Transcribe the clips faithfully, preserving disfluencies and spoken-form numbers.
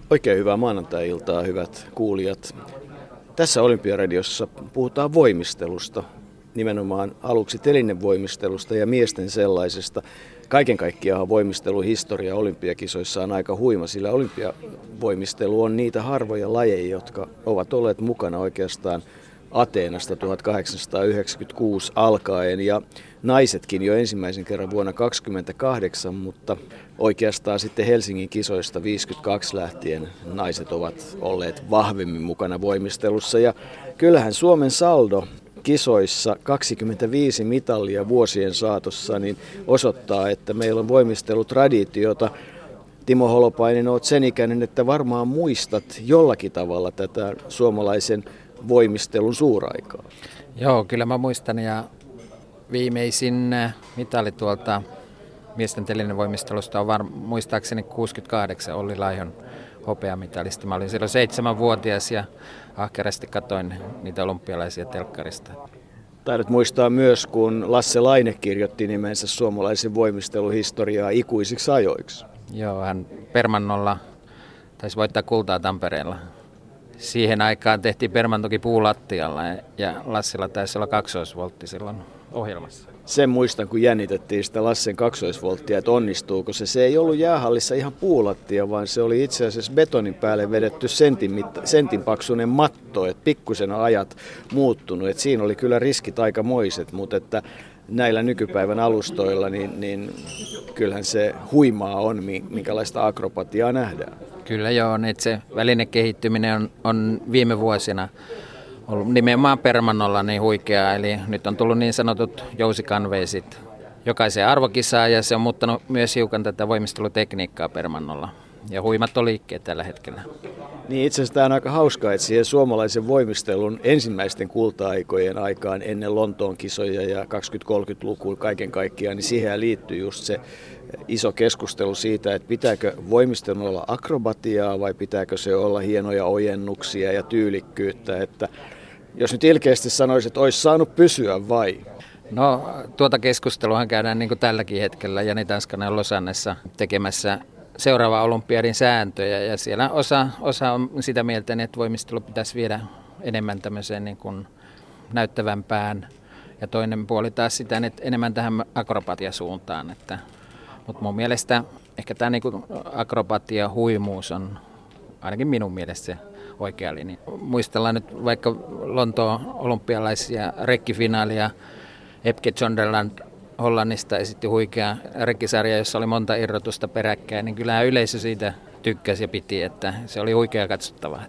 Oikein hyvää maanantai-iltaa, hyvät kuulijat. Tässä Olympiaradiossa puhutaan voimistelusta, nimenomaan aluksi telinevoimistelusta ja miesten sellaisesta. Kaiken kaikkiaan voimisteluhistoria olympiakisoissa on aika huima, sillä olympiavoimistelu on niitä harvoja lajeja, jotka ovat olleet mukana oikeastaan Ateenasta tuhatkahdeksansataayhdeksänkymmentäkuusi alkaen ja naisetkin jo ensimmäisen kerran vuonna tuhatyhdeksänsataakaksikymmentäkahdeksan, mutta oikeastaan sitten Helsingin kisoista viisikymmentäkaksi lähtien naiset ovat olleet vahvemmin mukana voimistelussa. Ja kyllähän Suomen saldo kisoissa kaksikymmentäviisi mitalia vuosien saatossa niin osoittaa, että meillä on voimistelutraditiota. Timo Holopainen, olet sen ikäinen, että varmaan muistat jollakin tavalla tätä suomalaisen voimistelun suuraikaa. Joo, kyllä mä muistan, ja viimeisin mitali tuolta miesten telinevoimistelusta on var, muistaakseni kuusikymmentäkahdeksan Olli Laihon hopeamitalista. Mä olin silloin seitsemänvuotias ja ahkerasti katoin niitä olympialaisia telkkarista. Taidat muistaa myös, kun Lasse Laine kirjoitti nimensä suomalaisen voimisteluhistoriaa ikuisiksi ajoiksi. Joo, hän permannolla taisi voittaa kultaa Tampereella. Siihen aikaan tehtiin permantoki puulattialla ja Lassilla taisi olla kaksoisvoltti silloin ohjelmassa. Sen muistan, kun jännitettiin sitä Lassen kaksoisvolttia, että onnistuuko se. Se ei ollut jäähallissa ihan puulattia, vaan se oli itse asiassa betonin päälle vedetty sentin, mitta, sentin paksuinen matto, että pikkusen ajat muuttunut. Että siinä oli kyllä riskit aikamoiset, mutta että näillä nykypäivän alustoilla, niin, niin kyllähän se huimaa on, minkälaista akrobatiaa nähdään. Kyllä joo, että se välinekehittyminen on, on viime vuosina ollut nimenomaan permannolla niin huikeaa, eli nyt on tullut niin sanotut jousikanveisit jokaiseen arvokisaan, ja se on muuttanut myös hiukan tätä voimistelutekniikkaa permannolla, ja huimat on liikkeet tällä hetkellä. Niin itse asiassa tämä on aika hauskaa, että siihen suomalaisen voimistelun ensimmäisten kulta-aikojen aikaan ennen Lontoon kisoja ja kaksikymmentä-kolmekymmentälukuun kaiken kaikkiaan, niin siihen liittyy just se iso keskustelu siitä, että pitääkö voimistelun olla akrobatiaa vai pitääkö se olla hienoja ojennuksia ja tyylikkyyttä, että jos nyt ilkeästi sanoisi, että olisi saanut pysyä vai? No tuota keskustelua käydään niin kuin tälläkin hetkellä Jani Tanskanen on Losannessa tekemässä seuraava olympiadin sääntöjä, ja siellä osa, osa on sitä mieltä, että voimistelu pitäisi viedä enemmän tämmöiseen niin kuin näyttävämpään, ja toinen puoli taas sitä, että enemmän tähän akrobatiasuuntaan. Että, mutta mun mielestä ehkä tämä niin kuin akrobatia huimuus on ainakin minun mielestä se oikea linja. Muistellaan nyt vaikka Lontoon olympialaisia rekkifinaalia, Epke Zonderland Hollannista esitti huikea rekkisarja, jossa oli monta irrotusta peräkkäin, niin kyllähän yleisö siitä tykkäsi ja piti, että se oli huikea katsottavaa.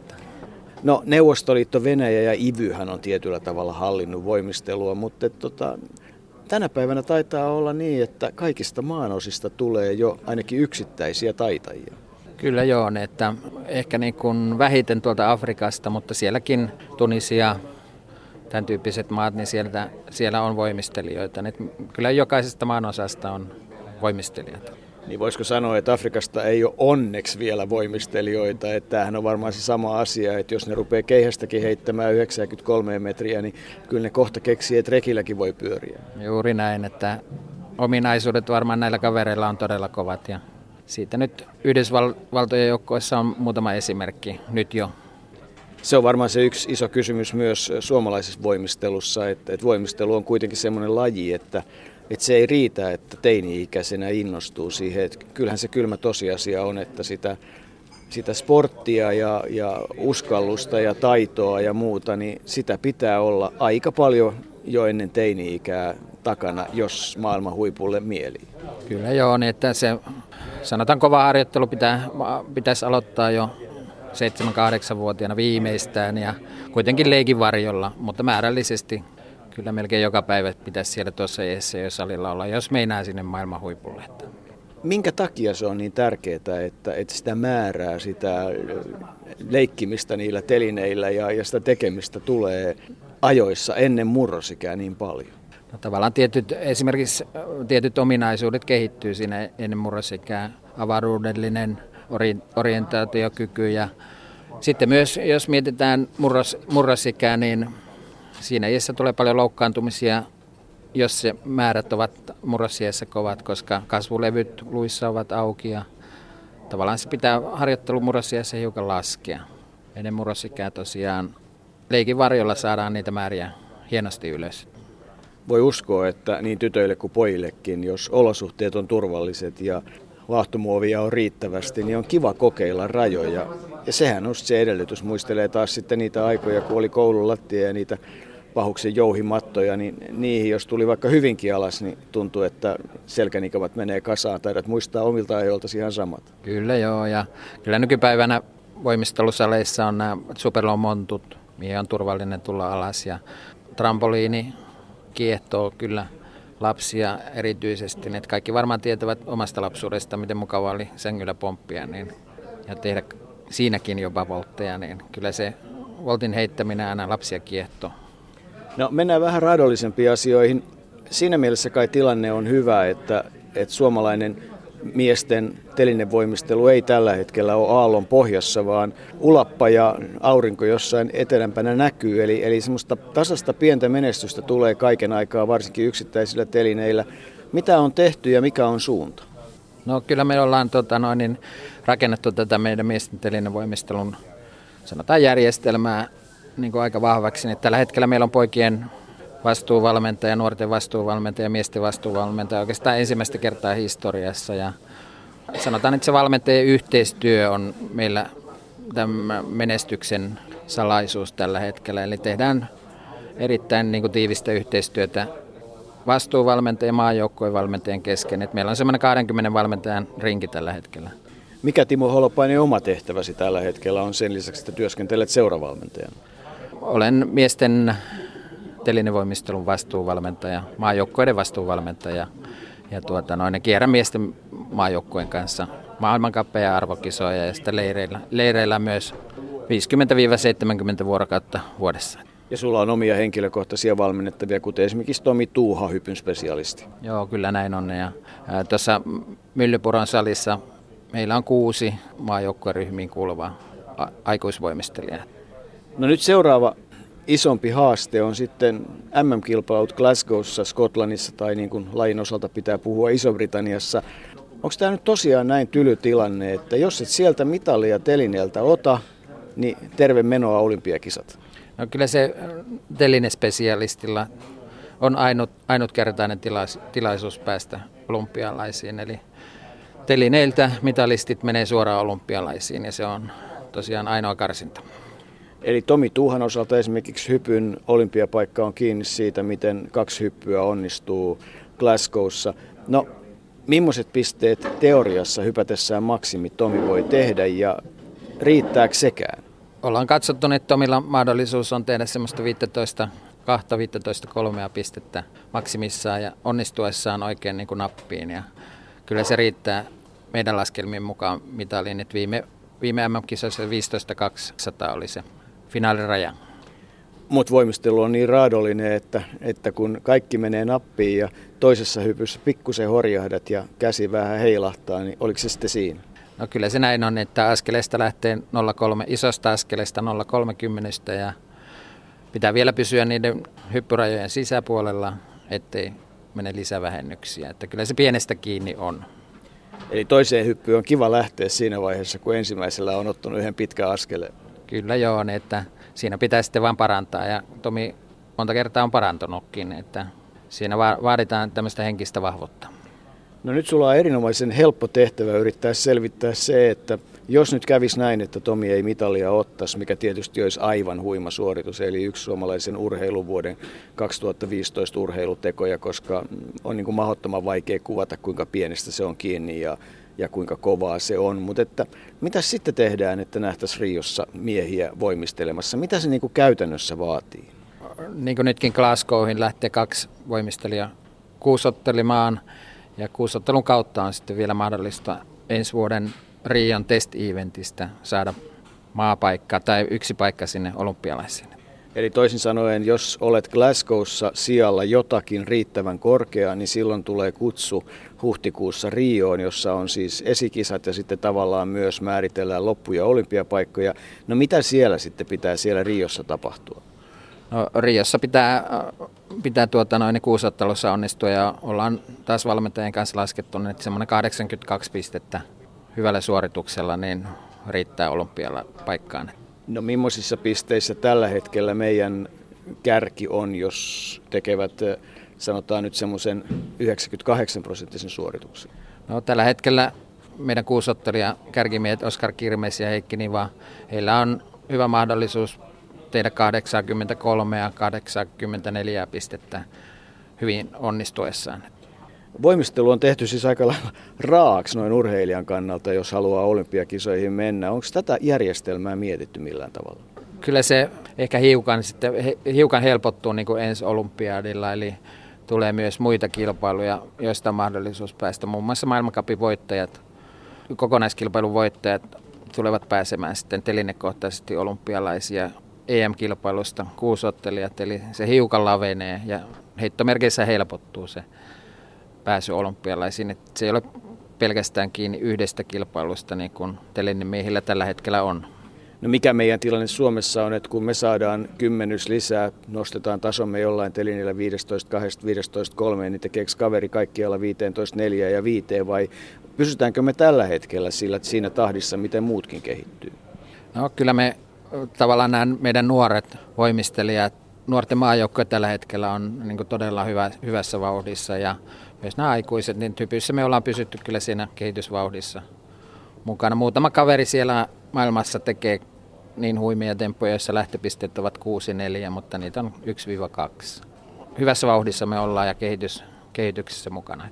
No Neuvostoliitto, Venäjä ja I V Yhän on tietyllä tavalla hallinnut voimistelua, mutta tota, tänä päivänä taitaa olla niin, että kaikista maanosista tulee jo ainakin yksittäisiä taitajia. Kyllä joo, että ehkä niin kuin vähiten tuolta Afrikasta, mutta sielläkin Tunisia, tämän tyyppiset maat, niin sieltä, siellä on voimistelijoita. Nyt kyllä jokaisesta maanosasta on voimistelijoita. Niin voisiko sanoa, että Afrikasta ei ole onneksi vielä voimistelijoita, että tämähän on varmaan se sama asia, että jos ne rupeaa keihästäkin heittämään yhdeksänkymmentäkolme metriä, niin kyllä ne kohta keksii, että rekilläkin voi pyöriä. Juuri näin, että ominaisuudet varmaan näillä kavereilla on todella kovat, ja siitä nyt Yhdysvaltojen joukkoissa on muutama esimerkki nyt jo. Se on varmaan se yksi iso kysymys myös suomalaisessa voimistelussa, että, että voimistelu on kuitenkin semmoinen laji, että, että se ei riitä, että teini-ikäisenä innostuu siihen. Että kyllähän se kylmä tosiasia on, että sitä, sitä sporttia ja, ja uskallusta ja taitoa ja muuta, niin sitä pitää olla aika paljon jo ennen teini-ikää takana, jos maailman huipulle mielii. Kyllä joo, niin että se sanotaan kova harjoittelu pitää, pitäisi aloittaa jo seitsemän-kahdeksanvuotiaana viimeistään ja kuitenkin leikin varjolla, mutta määrällisesti kyllä melkein joka päivä pitäisi siellä tuossa iässä jo salilla olla, jos meinaa sinne maailman huipulle. Minkä takia se on niin tärkeää, että, että sitä määrää, sitä leikkimistä niillä telineillä ja, ja sitä tekemistä tulee ajoissa ennen murrosikää niin paljon? No, tavallaan tietyt, esimerkiksi tietyt ominaisuudet kehittyy siinä ennen murrosikää, avaruudellinen orientaatiokyky ja sitten myös, jos mietitään murros, murrosikää, niin siinä iässä tulee paljon loukkaantumisia, jos se määrät ovat murrosiässä kovat, koska kasvulevyt luissa ovat auki ja tavallaan se pitää harjoittelumurrosia se hiukan laskea. Ennen murrosikää tosiaan leikin varjolla saadaan niitä määriä hienosti ylös. Voi uskoa, että niin tytöille kuin pojillekin, jos olosuhteet on turvalliset ja laahtomuovia on riittävästi, niin on kiva kokeilla rajoja. Ja sehän on se edellytys. Muistelee taas sitten niitä aikoja, kun oli koulun lattia ja niitä pahuksen jouhimattoja, niin niihin jos tuli vaikka hyvinkin alas, niin tuntui, että selkänikamat menee kasaan. Taidat muistaa omilta ajoiltasi ihan samat. Kyllä joo, ja kyllä nykypäivänä voimistelusaleissa on nämä superlomontut, mihin on turvallinen tulla alas, ja trampoliini kiehtoo kyllä lapsia erityisesti. Että kaikki varmaan tietävät omasta lapsuudesta, miten mukava oli sängyllä pomppia niin, ja tehdä siinäkin jopa voltteja, niin kyllä se voltin heittäminen aina lapsia kiehtoo. No mennään vähän raadollisempiin asioihin. Siinä mielessä kai tilanne on hyvä, että, että suomalainen miesten telinevoimistelu ei tällä hetkellä ole aallon pohjassa, vaan ulappa ja aurinko jossain etelämpänä näkyy. Eli, eli semmoista tasasta pientä menestystä tulee kaiken aikaa, varsinkin yksittäisillä telineillä. Mitä on tehty ja mikä on suunta? No kyllä me ollaan tota, noin, niin, rakennettu tätä meidän miesten telinevoimistelun sanotaan järjestelmää niin kuin aika vahvaksi. Niin tällä hetkellä meillä on poikien vastuuvalmentaja, nuorten vastuuvalmentaja ja miesten vastuuvalmentaja oikeastaan ensimmäistä kertaa historiassa. Ja sanotaan, että se valmentajien yhteistyö on meillä tämän menestyksen salaisuus tällä hetkellä. Eli tehdään erittäin niin kuin tiivistä yhteistyötä vastuuvalmentajan ja maajoukkueen valmentajien kesken. Et meillä on semmoinen kaksikymmentä valmentajan rinki tällä hetkellä. Mikä Timo Holopainen oma tehtäväsi tällä hetkellä on sen lisäksi, että työskentelet seuravalmentajana? Olen miesten telinevoimistelun vastuuvalmentaja, maajoukkueiden vastuuvalmentaja ja tuota, noin, kierrän miesten maajoukkueen kanssa maailmankappeja ja arvokisoja ja sitten leireillä, leireillä myös viisikymmentä seitsemänkymmentä vuorokautta vuodessa. Ja sulla on omia henkilökohtaisia valmennettavia, kuten esimerkiksi Tomi Tuuha, hypyn spesialisti. Joo, kyllä näin on. Ja, ää, tuossa Myllypuron salissa meillä on kuusi maajoukkueryhmiin kuuluvaa a- aikuisvoimistelijaa. No nyt seuraava isompi haaste on sitten M M-kilpailut Glasgowssa, Skotlannissa tai niin kuin lajin osalta pitää puhua Iso-Britanniassa. Onko tämä nyt tosiaan näin tyly tilanne, että jos et sieltä mitalia telineeltä ota, niin terve menoa olympiakisat? No kyllä se telinespesialistilla on ainut, ainutkertainen tilais, tilaisuus päästä olympialaisiin. Eli telineiltä mitalistit menee suoraan olympialaisiin ja se on tosiaan ainoa karsinta. Eli Tomi Tuuhan osalta esimerkiksi hypyn olympiapaikka on kiinni siitä, miten kaksi hyppyä onnistuu Glasgowssa. No, millaiset pisteet teoriassa hypätessään maksimi Tomi voi tehdä ja riittääkö sekään? Ollaan katsottu, että Tomilla mahdollisuus on tehdä semmoista viisitoista kaksi viisitoista kolme pistettä maksimissaan ja onnistuessaan oikein niin kuin nappiin. Ja kyllä se riittää meidän laskelmien mukaan mitaliin, että viime, viime M M-kisoissa viisitoista kaksisataa oli se finaaliraja. Mutta voimistelu on niin raadollinen, että, että kun kaikki menee nappiin ja toisessa hypyssä pikkusen horjahdat ja käsi vähän heilahtaa, niin oliko se sitten siinä? No kyllä se näin on, että askeleesta lähtee nolla pilkku kolme, isosta askeleesta nolla pilkku kolmekymmentä ja pitää vielä pysyä niiden hyppyrajojen sisäpuolella, ettei mene lisävähennyksiä. Että kyllä se pienestä kiinni on. Eli toiseen hyppyyn on kiva lähteä siinä vaiheessa, kun ensimmäisellä on ottanut yhden pitkän askeleen. Kyllä joo, että siinä pitää sitten vaan parantaa ja Tomi monta kertaa on parantunutkin, että siinä vaaditaan tämmöistä henkistä vahvuutta. No nyt sulla on erinomaisen helppo tehtävä yrittää selvittää se, että jos nyt kävisi näin, että Tomi ei mitalia ottaisi, mikä tietysti olisi aivan huima suoritus, eli yksi suomalaisen urheiluvuoden kaksituhattaviisitoista urheilutekoja, koska on niin kuin mahdottoman vaikea kuvata, kuinka pienestä se on kiinni ja, ja kuinka kovaa se on. Mutta että mitä sitten tehdään, että nähtäisiin Riossa miehiä voimistelemassa? Mitä se niin kuin käytännössä vaatii? Niin kuin nytkin Glasgowhin lähtee kaksi voimistelijaa kuusottelemaan. Ja kuusottelun kautta on sitten vielä mahdollista ensi vuoden Rion test-eventistä saada maapaikka tai yksi paikka sinne olympialaisiin. Eli toisin sanoen, jos olet Glasgowssa sijalla jotakin riittävän korkeaa, niin silloin tulee kutsu huhtikuussa Rioon, jossa on siis esikisat ja sitten tavallaan myös määritellään loppuja olympiapaikkoja. No mitä siellä sitten pitää siellä Riossa tapahtua? No, Riossa pitää, pitää tuota, noin kuusottelussa onnistua ja ollaan taas valmentajien kanssa laskettu, että semmoinen kahdeksankymmentäkaksi pistettä hyvällä suorituksella niin riittää olympialla paikkaan. No millaisissa pisteissä tällä hetkellä meidän kärki on, jos tekevät, sanotaan nyt semmoisen yhdeksänkymmentäkahdeksan prosenttisen suorituksen? No tällä hetkellä meidän kuusottelija kärkimiehet Oskar Kirmes ja Heikki Niva, heillä on hyvä mahdollisuus tehdä kahdeksankymmentäkolme ja kahdeksankymmentäneljä pistettä hyvin onnistuessaan. Voimistelu on tehty siis aika lailla raaksi noin urheilijan kannalta, jos haluaa olympiakisoihin mennä. Onko tätä järjestelmää mietitty millään tavalla? Kyllä se ehkä hiukan, sitten, hiukan helpottuu niin kuin ensi olympiadilla, eli tulee myös muita kilpailuja, joista on mahdollisuus päästä. Muun muassa maailmancupin voittajat, kokonaiskilpailun voittajat tulevat pääsemään sitten telinekohtaisesti olympialaisia E M-kilpailusta kuusottelijat, eli se hiukan lavenee ja heittomerkeissä helpottuu se pääsy olympialaisiin. Että se ei ole pelkästään kiinni yhdestä kilpailusta, niin kuin telinemiehillä tällä hetkellä on. No mikä meidän tilanne Suomessa on, että kun me saadaan kymmenys lisää, nostetaan tasomme jollain telinillä viisitoista kaksi, viisitoista kolme, niin tekeekö kaveri kaikkialla viisitoista neljä ja viisi vai pysytäänkö me tällä hetkellä sillä, siinä tahdissa, miten muutkin kehittyy? No kyllä me tavallaan nämä meidän nuoret voimistelijat, nuorten maajoukkoja tällä hetkellä on niin kuin todella hyvä, hyvässä vauhdissa ja myös nämä aikuiset, niin typyissä me ollaan pysytty kyllä siinä kehitysvauhdissa mukana. Muutama kaveri siellä maailmassa tekee niin huimia temppuja, joissa lähtöpisteet ovat kuusi neljä, mutta niitä on yksi kaksi. Hyvässä vauhdissa me ollaan ja kehitys, kehityksessä mukana.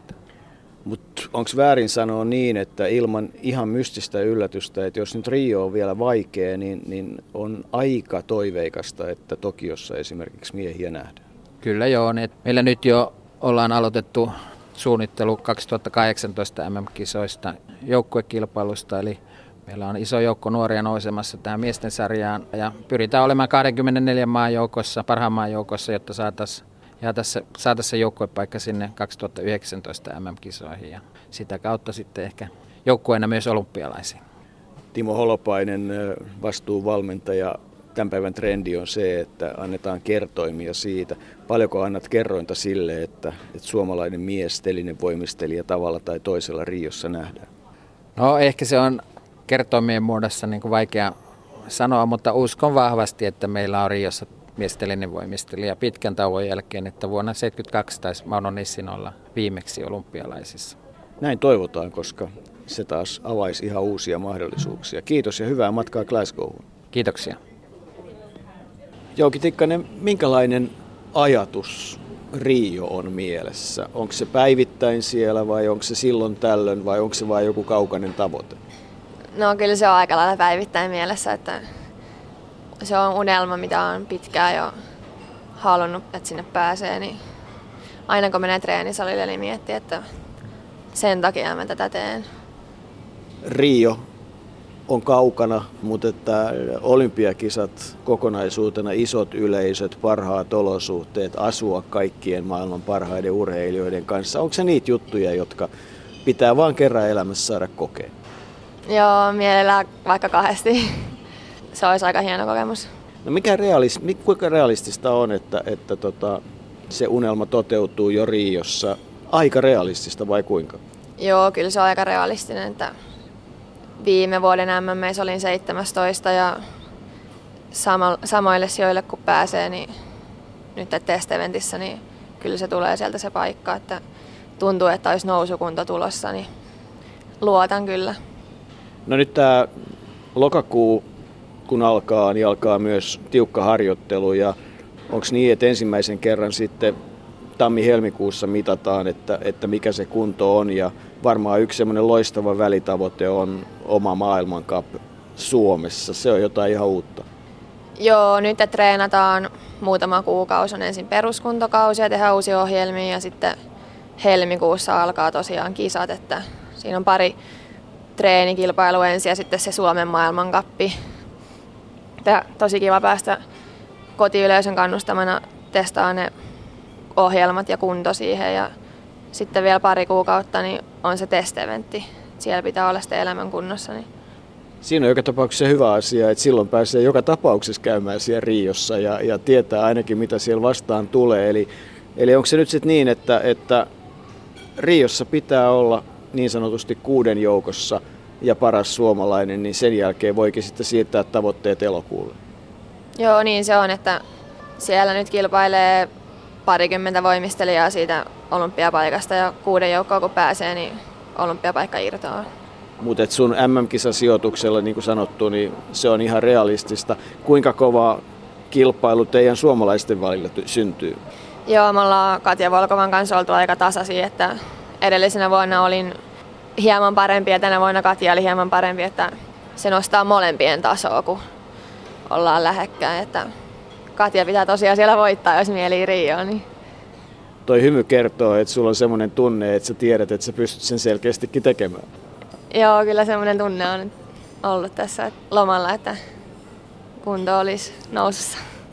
Mutta onko väärin sanoa niin, että ilman ihan mystistä yllätystä, että jos nyt Rio on vielä vaikea, niin, niin on aika toiveikasta, että Tokiossa esimerkiksi miehiä nähdään? Kyllä joo. Niin meillä nyt jo ollaan aloitettu suunnittelu kaksituhattakahdeksantoista M M-kisoista joukkuekilpailusta, eli meillä on iso joukko nuoria nousemassa tähän miesten sarjaan ja pyritään olemaan kaksikymmentäneljä maan joukossa, parhaan maan joukossa, jotta saataisiin saataisiin se joukkuepaikka sinne kaksituhattayhdeksäntoista M M-kisoihin ja sitä kautta sitten ehkä joukkueena myös olympialaisiin. Timo Holopainen, vastuuvalmentaja. Tämän päivän trendi on se, että annetaan kertoimia siitä. Paljonko annat kerrointa sille, että, että suomalainen mies, telinen voimistelija tavalla tai toisella Riossa nähdään? No ehkä se on kertoimien muodossa niin kuin vaikea sanoa, mutta uskon vahvasti, että meillä on Riossa miestelinen voimistelija pitkän tauon jälkeen, että vuonna tuhatyhdeksänsataaseitsemänkymmentäkaksi taisi Mauno Nissin olla viimeksi olympialaisissa. Näin toivotaan, koska se taas avaisi ihan uusia mahdollisuuksia. Kiitos ja hyvää matkaa Glasgowhun. Kiitoksia. Jouki Tikkanen, minkälainen ajatus Rio on mielessä? Onko se päivittäin siellä vai onko se silloin tällöin vai onko se vain joku kaukainen tavoite? No kyllä se on aika lailla päivittäin mielessä, että se on unelma, mitä on pitkään jo halunnut, että sinne pääsee. Niin aina kun menee treenisalille, niin miettii, että sen takia mä tätä teen. Rio on kaukana, mutta että olympiakisat kokonaisuutena, isot yleisöt, parhaat olosuhteet, asua kaikkien maailman parhaiden urheilijoiden kanssa. Onko se niitä juttuja, jotka pitää vaan kerran elämässä saada kokea? Joo, mielellään vaikka kahdesti. Se olisi aika hieno kokemus. No mikä realis, kuinka realistista on, että, että tota, se unelma toteutuu jo Riossa? Aika realistista vai kuinka? Joo, kyllä se on aika realistinen. Että viime vuoden M M:ssä olin seitsemästoista ja sama, samoille sijoille kun pääsee, niin nyt test-eventissä, niin kyllä se tulee sieltä se paikka. Että tuntuu, että olisi nousukunta tulossa, niin luotan kyllä. No nyt tämä lokakuu kun alkaa, niin alkaa myös tiukka harjoittelu ja onko niin, että ensimmäisen kerran sitten tammi-helmikuussa mitataan, että, että mikä se kunto on ja varmaan yksi semmoinen loistava välitavoite on oma maailmancap Suomessa. Se on jotain ihan uutta. Joo, nyt treenataan muutama kuukausi. On ensin peruskuntokausi ja tehdään uusia ohjelmia ja sitten helmikuussa alkaa tosiaan kisat. Että siinä on pari treenikilpailua ensin ja sitten se Suomen maailmancappi. Tosi kiva päästä kotiyleisön kannustamana testaamaan ne ohjelmat ja kunto siihen ja sitten vielä pari kuukautta niin on se test-eventti. Siellä pitää olla sitten elämän kunnossa. Niin. Siinä on joka tapauksessa hyvä asia, että silloin pääsee joka tapauksessa käymään siellä Riossa ja, ja tietää ainakin mitä siellä vastaan tulee. Eli, eli onko se nyt sitten niin, että, että Riossa pitää olla niin sanotusti kuuden joukossa ja paras suomalainen, niin sen jälkeen voikin sitten siirtää tavoitteet elokuulle. Joo, niin se on, että siellä nyt kilpailee parikymmentä voimistelijaa siitä olympiapaikasta ja kuuden joukkoa kun pääsee, niin olympiapaikka irtoaa. Mutta sun M M-kisasijoituksella, niin kuin sanottu, niin se on ihan realistista. Kuinka kova kilpailu teidän suomalaisten välillä syntyy? Joo, me ollaan Katja Volkovan kanssa oltu aika tasaisia, että edellisenä vuonna olin hieman parempi ja tänä vuonna Katja oli hieman parempi, että se nostaa molempien tasoa, kun ollaan lähekkäin. Että Katja pitää tosiaan siellä voittaa, jos mieli Rioon. Niin. Toi hymy kertoo, että sulla on semmoinen tunne, että sä tiedät, että sä pystyt sen selkeästikin tekemään. Joo, kyllä semmoinen tunne on ollut tässä lomalla, että kunto olisi nousussa.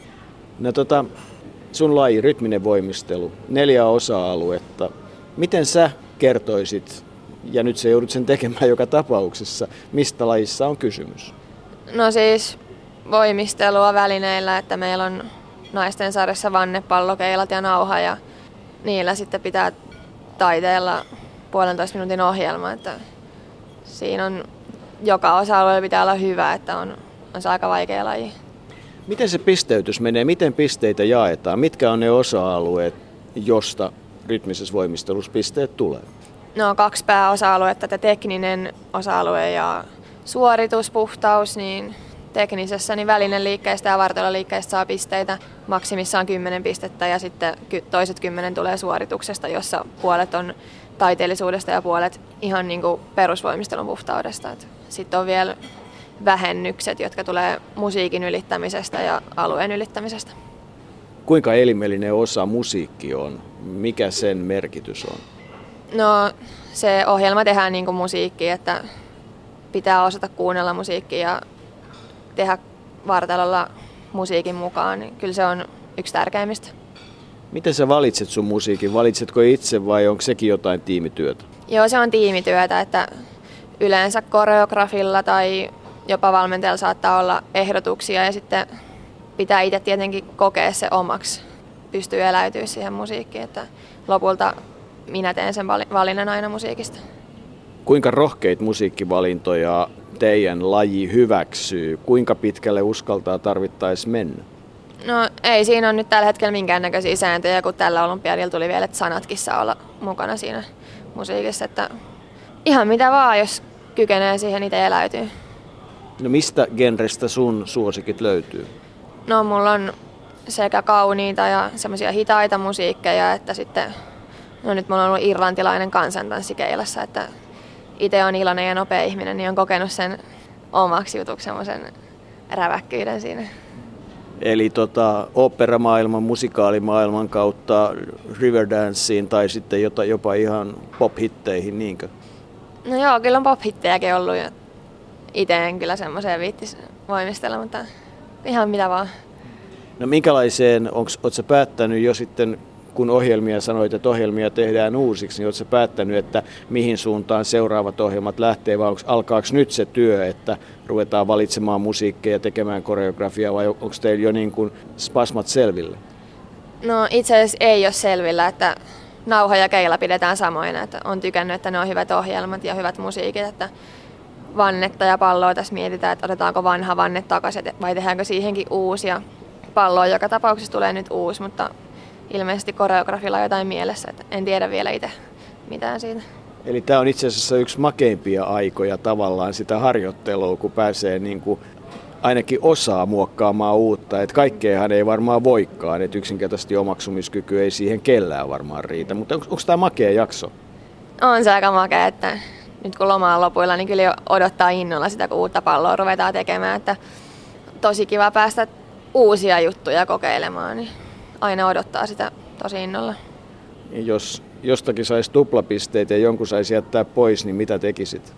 No tota, sun laji, rytminen voimistelu, neljä osa-aluetta. Miten sä kertoisit, ja nyt sä joudut sen tekemään joka tapauksessa, mistä lajissa on kysymys? No siis voimistelua välineillä, että meillä on naisten sarjassa vannepallo, keilat ja nauha ja niillä sitten pitää taiteella puolentoista minuutin ohjelma, että siinä on joka osa-alueella pitää olla hyvä, että on, on se aika vaikea laji. Miten se pisteytys menee? Miten pisteitä jaetaan? Mitkä on ne osa-alueet, josta rytmisessä voimistelussa pisteet tulee? No kaksi pääosa-aluetta, että tekninen osa-alue ja suorituspuhtaus, niin teknisessä niin välineliikkeistä ja vartaloliikkeistä saa pisteitä, maksimissaan kymmenen pistettä ja sitten toiset kymmenen tulee suorituksesta, jossa puolet on taiteellisuudesta ja puolet ihan niin kuin perusvoimistelun puhtaudesta. Sitten on vielä vähennykset, jotka tulee musiikin ylittämisestä ja alueen ylittämisestä. Kuinka elimellinen osa musiikki on? Mikä sen merkitys on? No se ohjelma tehdään niin kuin musiikki, että pitää osata kuunnella musiikkia ja tehdä vartalolla musiikin mukaan. Niin kyllä se on yksi tärkeimmistä. Miten sä valitset sun musiikin? Valitsetko itse vai onko sekin jotain tiimityötä? Joo, se on tiimityötä, että yleensä koreografilla tai jopa valmentajalla saattaa olla ehdotuksia ja sitten pitää itse tietenkin kokea se omaksi, pystyy eläytyä siihen musiikkiin, että lopulta minä teen sen valinnan aina musiikista. Kuinka rohkeita musiikkivalintoja teidän laji hyväksyy? Kuinka pitkälle uskaltaa tarvittaisi mennä? No ei siinä on nyt tällä hetkellä minkäännäköisiä sääntöjä, kun tällä olympiadilla tuli vielä, että sanatkin saa olla mukana siinä musiikissa. Että ihan mitä vaan, jos kykenee siihen itse eläytyy. No mistä genrestä sun suosikit löytyy? No mulla on sekä kauniita ja semmoisia hitaita musiikkeja, että sitten, no nyt mulla on ollut irlantilainen kansantanssi keilassa, että itse on iloinen ja nopea ihminen, niin on kokenut sen omaksi jutuksi semmoisen räväkkyyden siinä. Eli tota, oopperamaailman, musikaalimaailman kautta Riverdanceen tai sitten jota, jopa ihan pop-hitteihin, niinkö? No joo, kyllä on pop-hittejäkin ollut ja itse en kyllä semmoiseen viittis voimistella, mutta ihan mitä vaan. No minkälaiseen, ootko sä päättänyt jo sitten, kun ohjelmia sanoit, että ohjelmia tehdään uusiksi, niin ootko sä päättänyt, että mihin suuntaan seuraavat ohjelmat lähtee, vai alkaako nyt se työ, että ruvetaan valitsemaan musiikkia ja tekemään koreografiaa, vai onko teillä jo niin kuin spasmat selvillä? No itse asiassa ei ole selvillä, että nauha ja keila pidetään samoina, että on tykännyt, että ne on hyvät ohjelmat ja hyvät musiikit, että vannetta ja palloa tässä mietitään, että otetaanko vanha vanne takaisin vai tehdäänkö siihenkin uusi, ja palloa joka tapauksessa tulee nyt uusi, mutta ilmeisesti koreografilla on jotain mielessä, että en tiedä vielä itse mitään siitä. Eli tämä on itse asiassa yksi makeimpia aikoja tavallaan sitä harjoittelua, kun pääsee niin kuin ainakin osaa muokkaamaan uutta. Että kaikkeahan ei varmaan voikaan, että yksinkertaisesti omaksumiskyky ei siihen kellään varmaan riitä. Mutta onko, onko tämä makea jakso? On se aika makea, että nyt kun loma on lopuilla, niin kyllä jo odottaa innolla sitä, kun uutta palloa ruvetaan tekemään. Että tosi kiva päästä uusia juttuja kokeilemaan, niin aina odottaa sitä tosi innolla. Jos jostakin saisi tuplapisteitä ja jonkun saisi jättää pois, niin mitä tekisit?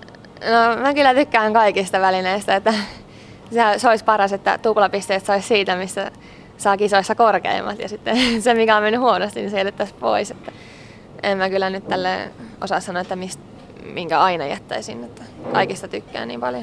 No mä kyllä tykkään kaikista välineistä, että se olisi paras, että tuplapisteet saisi siitä, missä saa kisoissa korkeimmat ja sitten se, mikä on mennyt huonosti, niin se jätettäisiin pois. Että en mä kyllä nyt tälle osaa sanoa, että mist, minkä aina jättäisin, että kaikista tykkään niin paljon.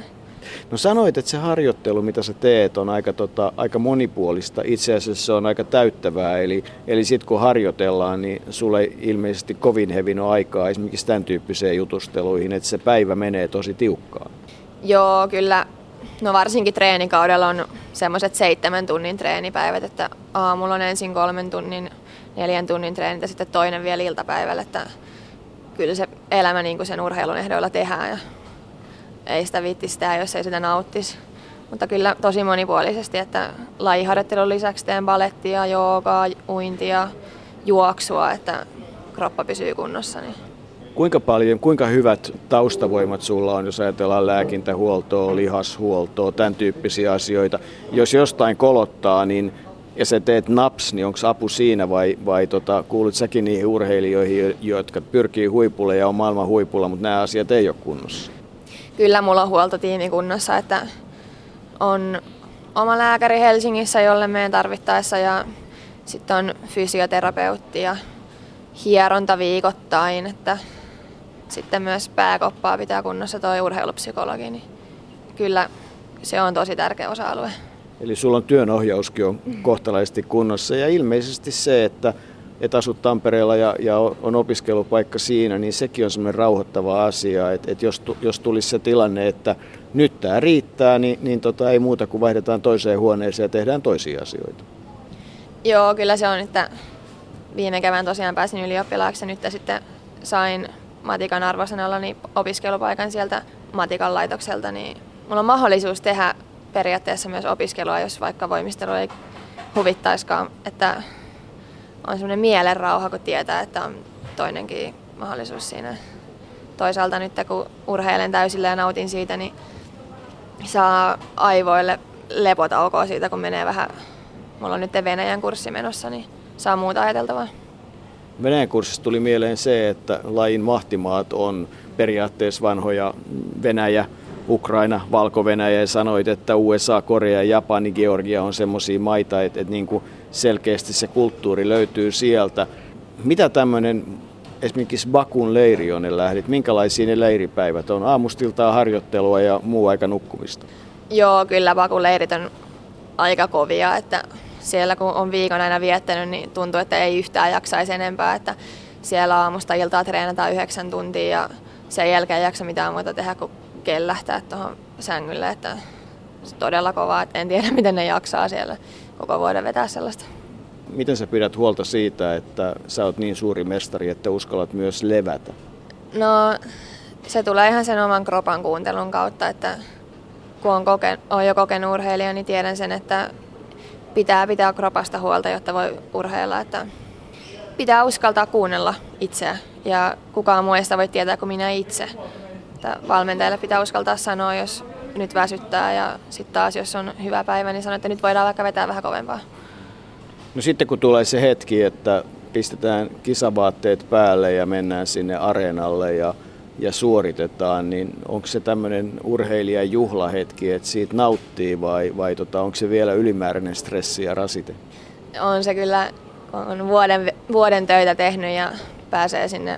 No sanoit, että se harjoittelu, mitä sä teet, on aika, tota, aika monipuolista. Itse asiassa se on aika täyttävää. Eli, eli sitten kun harjoitellaan, niin sulle ilmeisesti kovin hevin on aikaa esimerkiksi tämän tyyppiseen jutusteluihin, että se päivä menee tosi tiukkaan. Joo, kyllä. No varsinkin treenikaudella on semmoiset seitsemän tunnin treenipäivät, että aamulla on ensin kolmen tunnin, neljän tunnin treenit ja sitten toinen vielä iltapäivällä. Että kyllä se elämä niin kuin sen urheilun ehdoilla tehdään ja ei sitä viittisi tehdä, jos ei sitä nauttisi. Mutta kyllä tosi monipuolisesti, että lajiharjoittelun lisäksi teen balettia, joogaa, uintia, juoksua, että kroppa pysyy kunnossa. Niin. Kuinka paljon, kuinka hyvät taustavoimat sulla on, jos ajatellaan lääkintähuoltoa, lihashuoltoa, tämän tyyppisiä asioita? Jos jostain kolottaa, niin ja sä teet naps, niin onko apu siinä vai, vai tota, kuulut säkin niihin urheilijoihin, jotka pyrkii huipulle ja on maailman huipulla, mutta nämä asiat ei ole kunnossa? Kyllä mulla on huoltotiimi kunnossa, että on oma lääkäri Helsingissä, jolle menen tarvittaessa ja sitten on fysioterapeutti ja hieronta viikoittain, että sitten myös pääkoppaa pitää kunnossa toi urheilupsykologi, niin kyllä se on tosi tärkeä osa-alue. Eli sulla on työnohjauskin on kohtalaisesti kunnossa ja ilmeisesti se, että et asut Tampereella ja, ja on opiskelupaikka siinä, niin sekin on semmoinen rauhoittava asia, että et jos, jos tulisi se tilanne, että nyt tämä riittää, niin, niin tota, ei muuta kuin vaihdetaan toiseen huoneeseen ja tehdään toisia asioita. Joo, kyllä se on, että viime kevään tosiaan pääsin ylioppilaaksi ja nyt sitten sain matikan arvosanalla niin opiskelupaikan sieltä matikan laitokselta, niin mulla on mahdollisuus tehdä periaatteessa myös opiskelua, jos vaikka voimistelu ei huvittaiskaan, että on semmoinen mielenrauha, kun tietää, että on toinenkin mahdollisuus siinä. Toisaalta nyt kun urheilen täysillä ja nautin siitä, niin saa aivoille lepotaukoa siitä, kun menee vähän, mulla on nyt Venäjän kurssi menossa, niin saa muuta ajateltavaa. Venäjän kurssista tuli mieleen se, että lajin mahtimaat on periaatteessa vanhoja Venäjä, Ukraina, Valko-Venäjä ja sanoit, että U S A, Korea, Japani, Georgia on semmoisia maita, että, että niin kuin selkeästi se kulttuuri löytyy sieltä. Mitä tämmöinen esimerkiksi Bakun leiri, jonne lähdit, minkälaisia ne leiripäivät on? Aamustiltaa harjoittelua ja muu aika nukkumista? Joo, kyllä Bakun leirit on aika kovia, että siellä kun on viikon aina viettänyt, niin tuntuu, että ei yhtään jaksaisi enempää, että siellä aamusta iltaa treenataan yhdeksän tuntia ja sen jälkeen ei jaksa mitään muuta tehdä kuin kellähtää tuohon sängylle, että se on todella kovaa, että en tiedä miten ne jaksaa siellä koko vuoden vetää sellaista. Miten sä pidät huolta siitä, että sä oot niin suuri mestari, että uskallat myös levätä? No se tulee ihan sen oman kropan kuuntelun kautta, että kun on, koken, on jo kokenut urheilija, niin tiedän sen, että pitää pitää kropasta huolta, jotta voi urheilla, että pitää uskaltaa kuunnella itseä ja kukaan muu ei sitä voi tietää kuin minä itse. Että valmentajalle pitää uskaltaa sanoa, jos nyt väsyttää ja sitten taas jos on hyvä päivä, niin sanoo, että nyt voidaan vaikka vetää vähän kovempaa. No sitten kun tulee se hetki, että pistetään kisavaatteet päälle ja mennään sinne areenalle ja, ja suoritetaan, niin onko se tämmöinen urheilijan juhlahetki, että siitä nauttii vai, vai tota, onko se vielä ylimääräinen stressi ja rasite? On se kyllä, kun on vuoden, vuoden töitä tehnyt ja pääsee sinne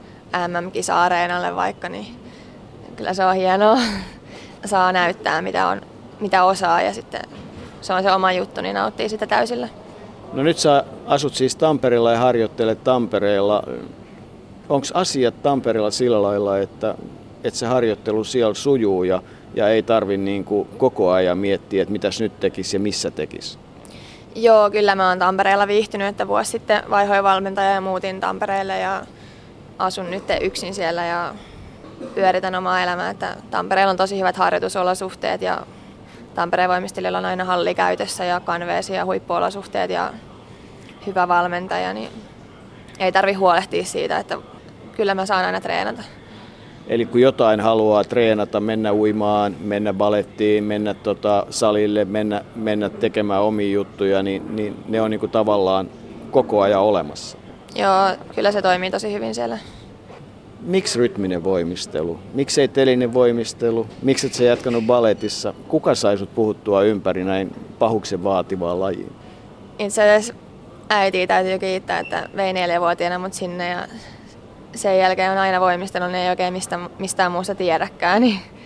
M M-kisa-areenalle vaikka, niin kyllä se on hienoa. Saa näyttää mitä, on, mitä osaa ja sitten se on se oma juttu, niin nauttii sitä täysillä. No nyt sä asut siis Tampereella ja harjoittelet Tampereella. Onko asiat Tampereella sillä lailla, että, että se harjoittelu siellä sujuu ja, ja ei tarvitse niin kuin koko ajan miettiä, että mitäs nyt tekisi ja missä tekisi? Joo, kyllä mä oon Tampereella viihtynyt, että vuosi sitten vaihoin valmentaja ja muutin Tampereelle ja asun nyt yksin siellä ja pyöritän omaa elämää. Että Tampereella on tosi hyvät harjoitusolosuhteet ja Tampereen voimistelijoilla on aina halli käytössä ja kanveesi ja huippuolosuhteet ja hyvä valmentaja, niin ei tarvi huolehtia siitä, että kyllä mä saan aina treenata. Eli kun jotain haluaa treenata, mennä uimaan, mennä balettiin, mennä tota salille, mennä, mennä tekemään omia juttuja, niin, niin ne on niinku tavallaan koko ajan olemassa. Joo, kyllä se toimii tosi hyvin siellä. Miksi rytminen voimistelu? Miksi ei telinen voimistelu? Miksi et sä jatkanut baletissa? Kuka sai sut puhuttua ympäri näin pahuksen vaativaa lajiin? Itse asiassa äitiä täytyy kiittää, että vei neljävuotiaana mut sinne ja sen jälkeen on aina voimistellut, niin ei oikein mistä, mistään muusta tiedäkään. Niin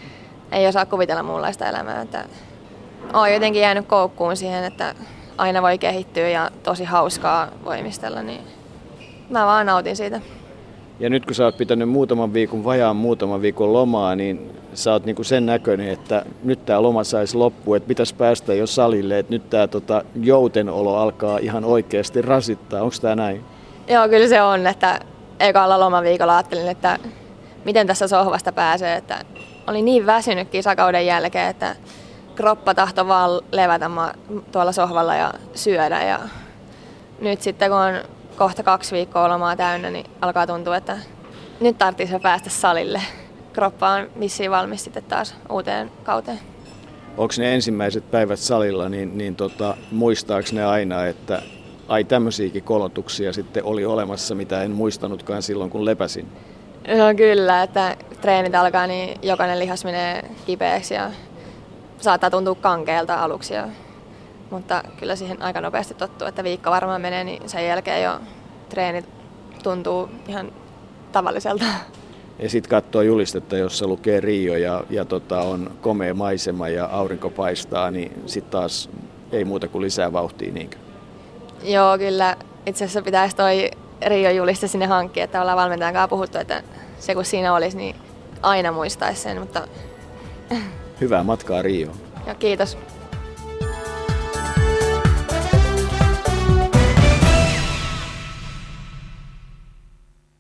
ei osaa kuvitella muunlaista elämää. Että olen jotenkin jäänyt koukkuun siihen, että aina voi kehittyä ja tosi hauskaa voimistella, niin mä vaan nautin siitä. Ja nyt kun sä oot pitänyt muutaman viikon, vajaan muutaman viikon lomaa, niin sä oot niinku sen näköinen, että nyt tää loma saisi loppua, että pitäisi päästä jo salille, että nyt tää tota joutenolo alkaa ihan oikeasti rasittaa. Onko tää näin? Joo, kyllä se on, että ekalla lomaviikolla ajattelin, että miten tässä sohvasta pääsee, että olin niin väsynyt kisakauden jälkeen, että kroppa tahtoi vaan levätä tuolla sohvalla ja syödä. Ja nyt sitten kun on kohta kaksi viikkoa lomaa täynnä, niin alkaa tuntua, että nyt tarvitsisi päästä salille. Kroppa on vissiin valmis sitten taas uuteen kauteen. Onko ne ensimmäiset päivät salilla, niin, niin tota, muistaako ne aina, että ai tämmöisiäkin kolotuksia sitten oli olemassa, mitä en muistanutkaan silloin, kun lepäsin? No kyllä, että treenit alkaa, niin jokainen lihas menee kipeäksi ja saattaa tuntua kankeelta aluksi. Ja, mutta kyllä siihen aika nopeasti tottuu, että viikko varmaan menee, niin sen jälkeen jo treenit tuntuu ihan tavalliselta. Ja sitten katsoo julistetta, jossa lukee Rio ja, ja tota, on komea maisema ja aurinko paistaa, niin sitten taas ei muuta kuin lisää vauhtia niinkö? Joo, kyllä. Itse asiassa pitäisi toi Rio-juliste sinne hankkia, että ollaan valmentajan kanssa puhuttu, että se kun siinä olisi, niin aina muistaisi sen. Mutta hyvää matkaa Rioon. Joo, kiitos.